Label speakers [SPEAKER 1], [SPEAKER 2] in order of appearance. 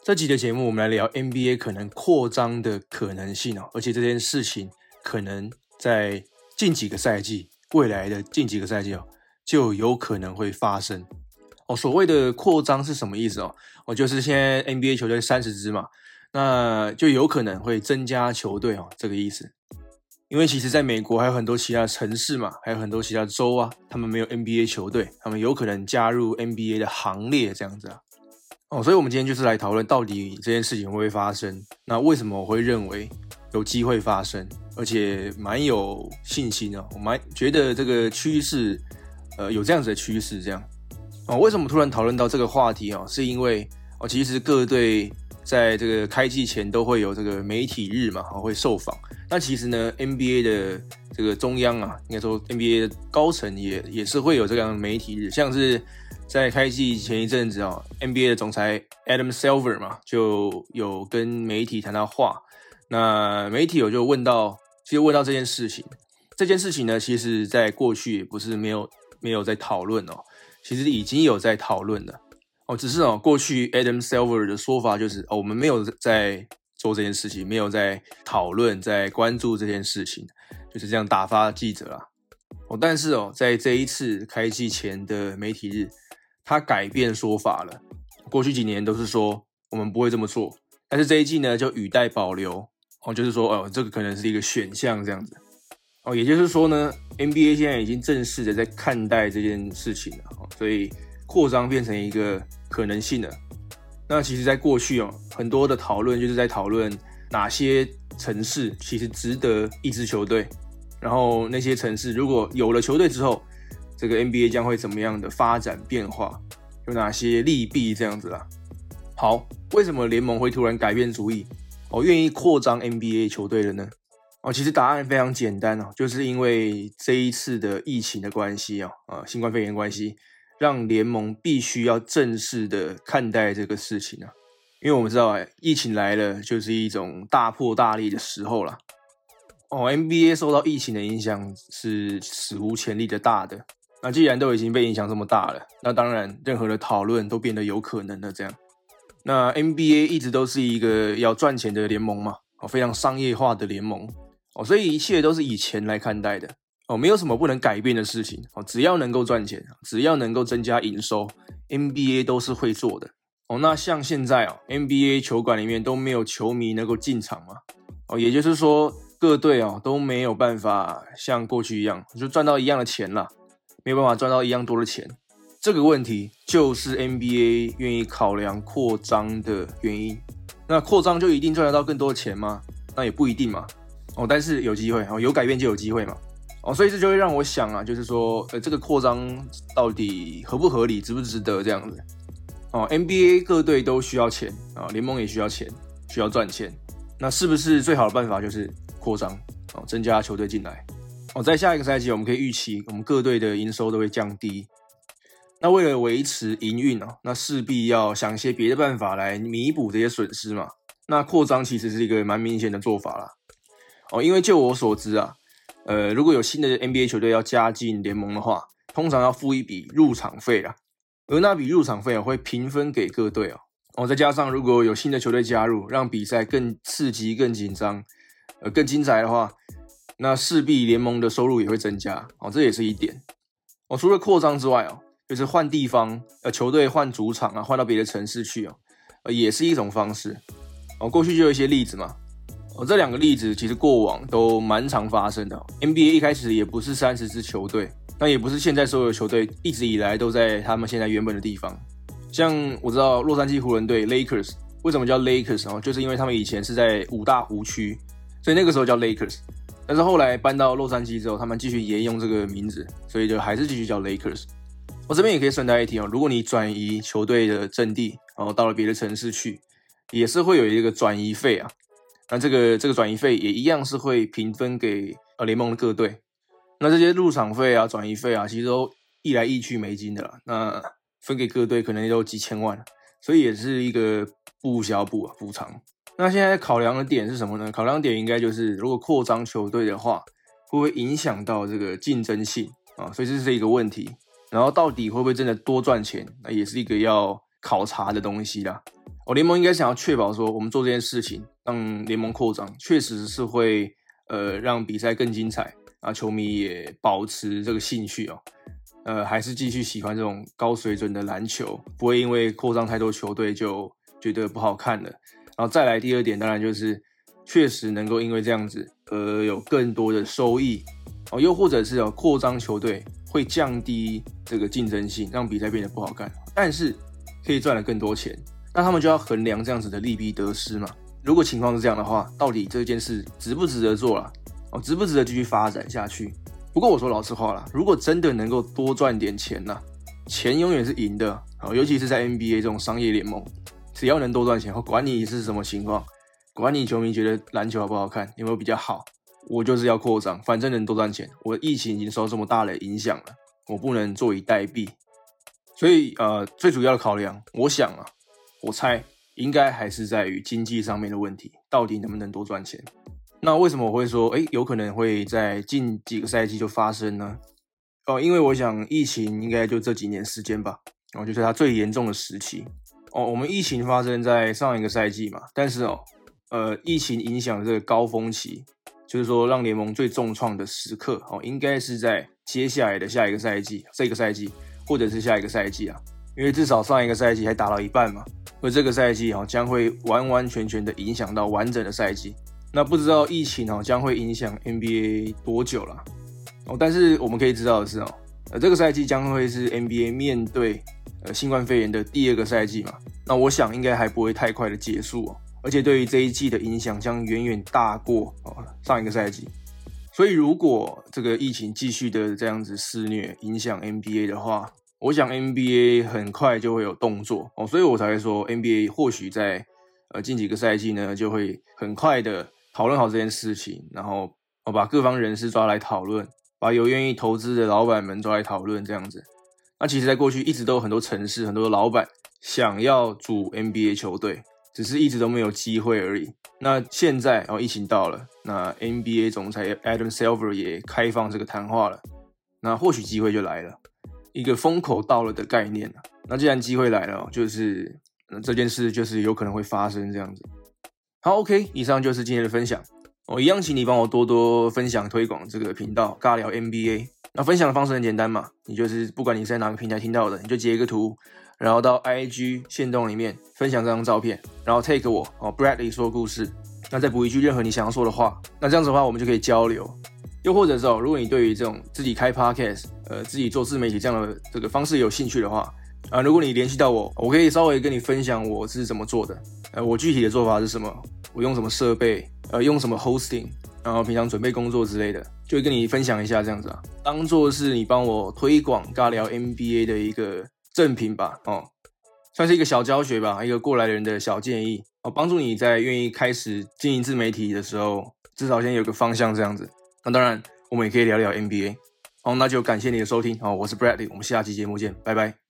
[SPEAKER 1] 这集的节目我们来聊 NBA 可能扩张的可能性而且这件事情可能在近几个赛季，未来的近几个赛季就有可能会发生所谓的扩张是什么意思就是现在 NBA 球队30支嘛，那就有可能会增加球队这个意思。因为其实在美国还有很多其他城市嘛，还有很多其他州啊，他们没有 NBA 球队，他们有可能加入 NBA 的行列这样子所以我们今天就是来讨论到底这件事情会不会发生，那为什么我会认为有机会发生，而且蛮有信心我蛮觉得这个趋势有这样子的趋势这样为什么突然讨论到这个话题是因为其实各队在这个开季前都会有这个媒体日嘛会受访。那其实呢 NBA 的这个中央应该说 NBA 的高层也是会有这样的媒体日，像是在开季前一阵子NBA 的总裁 Adam Silver 嘛就有跟媒体谈到话，那媒体就问到这件事情。这件事情呢其实在过去也不是没有在讨论其实已经有在讨论了只是过去 Adam Silver 的说法就是我们没有在做这件事情，没有在讨论在关注这件事情，就是这样打发记者啦但是在这一次开季前的媒体日，他改变说法了。过去几年都是说我们不会这么做，但是这一季呢就语带保留就是说这个可能是一个选项这样子也就是说呢 NBA 现在已经正式的在看待这件事情了所以扩张变成一个可能性了。那其实在过去很多的讨论就是在讨论哪些城市其实值得一支球队，然后那些城市如果有了球队之后，这个 NBA 将会怎么样的发展变化，有哪些利弊这样子啦。好，为什么联盟会突然改变主意愿意扩张 NBA 球队了呢其实答案非常简单就是因为这一次的疫情的关系新冠肺炎关系，让联盟必须要正式的看待这个事情因为我们知道疫情来了就是一种大破大立的时候啦NBA 受到疫情的影响是史无前例的大的，那既然都已经被影响这么大了，那当然任何的讨论都变得有可能了这样。那 NBA 一直都是一个要赚钱的联盟嘛非常商业化的联盟所以一切都是以钱来看待的没有什么不能改变的事情只要能够赚钱，只要能够增加营收， NBA 都是会做的那像现在NBA 球馆里面都没有球迷能够进场嘛也就是说各队都没有办法像过去一样就赚到一样的钱啦，没有办法赚到一样多的钱。这个问题就是 NBA 愿意考量扩张的原因。那扩张就一定赚得到更多的钱吗？那也不一定嘛但是有机会有改变就有机会嘛所以这就会让我想就是说这个扩张到底合不合理，值不值得这样子NBA 各队都需要钱联盟也需要钱，需要赚钱，那是不是最好的办法就是扩张增加球队进来在下一个赛季我们可以预期我们各队的营收都会降低，那为了维持营运那势必要想一些别的办法来弥补这些损失嘛。那扩张其实是一个蛮明显的做法啦因为就我所知如果有新的 NBA 球队要加进联盟的话，通常要付一笔入场费啦，而那笔入场费会平分给各队再加上如果有新的球队加入，让比赛更刺激、更紧张、更精彩的话，那势必联盟的收入也会增加这也是一点除了扩张之外就是换地方，球队换主场换到别的城市去也是一种方式过去就有一些例子嘛这两个例子其实过往都蛮常发生的NBA 一开始也不是30支球队，那也不是现在所有的球队一直以来都在他们现在原本的地方。像我知道洛杉矶湖人队 Lakers 为什么叫 Lakers 就是因为他们以前是在五大湖区，所以那个时候叫 Lakers， 但是后来搬到洛杉矶之后，他们继续沿用这个名字，所以就还是继续叫 Lakers。我这边也可以顺带一提如果你转移球队的阵地到了别的城市去，也是会有一个转移费那这个转移费也一样是会平分给联盟的各队。那这些入场费转移费其实都一来一去美金的啦，那分给各队可能也有几千万，所以也是一个不小补偿。那现在考量的点是什么呢？考量点应该就是如果扩张球队的话，会不会影响到这个竞争性所以这是一个问题。然后到底会不会真的多赚钱，那也是一个要考察的东西啦联盟应该想要确保说我们做这件事情让联盟扩张，确实是会让比赛更精彩啊，球迷也保持这个兴趣还是继续喜欢这种高水准的篮球，不会因为扩张太多球队就觉得不好看了。然后再来第二点，当然就是确实能够因为这样子有更多的收益又或者是扩张球队会降低这个竞争性，让比赛变得不好看，但是可以赚了更多钱。那他们就要衡量这样子的利弊得失嘛。如果情况是这样的话，到底这件事值不值得做啦？值不值得继续发展下去？不过我说老实话啦，如果真的能够多赚点钱钱永远是赢的尤其是在 NBA 这种商业联盟，只要能多赚钱，管你是什么情况，管你球迷觉得篮球好不好看，有没有比较好，我就是要扩张，反正能多赚钱。我的疫情已经受这么大的影响了，我不能坐以待毙。所以最主要的考量，我猜应该还是在于经济上面的问题，到底能不能多赚钱。那为什么我会说有可能会在近几个赛季就发生呢？因为我想疫情应该就这几年时间吧，就是它最严重的时期我们疫情发生在上一个赛季嘛，但是疫情影响的这个高峰期，就是说让联盟最重创的时刻应该是在接下来的下一个赛季，这个赛季或者是下一个赛季因为至少上一个赛季还打到一半嘛，而这个赛季将会完完全全的影响到完整的赛季。那不知道疫情将会影响 NBA 多久啦但是我们可以知道的是这个赛季将会是 NBA 面对新冠肺炎的第二个赛季嘛，那我想应该还不会太快的结束而且对于这一季的影响将远远大过上一个赛季。所以如果这个疫情继续的这样子肆虐影响 NBA 的话，我想 NBA 很快就会有动作所以我才会说 NBA 或许在近几个赛季呢就会很快的讨论好这件事情，然后把各方人士抓来讨论，把有愿意投资的老板们抓来讨论这样子。那其实在过去一直都有很多城市很多的老板想要组 NBA 球队，只是一直都没有机会而已。那现在疫情到了，那 NBA 总裁 Adam Silver 也开放这个谈话了，那或许机会就来了，一个风口到了的概念那既然机会来了就是这件事就是有可能会发生这样子。好 OK， 以上就是今天的分享一样请你帮我多多分享推广这个频道尬聊 NBA。 那分享的方式很简单嘛，你就是不管你是在哪个平台听到的，你就截一个图，然后到 IG 限动里面分享这张照片，然后 take 我Bradley 说故事，那再补一句任何你想要说的话，那这样子的话我们就可以交流。又或者是如果你对于这种自己开 podcast 自己做自媒体这样的这个方式有兴趣的话如果你联系到我，我可以稍微跟你分享我是怎么做的我具体的做法是什么，我用什么设备用什么 hosting， 然后平常准备工作之类的，就会跟你分享一下这样子当做是你帮我推广尬聊 NBA 的一个赠品吧算是一个小教学吧，一个过来人的小建议帮助你在愿意开始经营自媒体的时候至少先有个方向这样子。那当然我们也可以聊聊 NBA那就感谢你的收听我是 Bradley， 我们下期节目见，拜拜。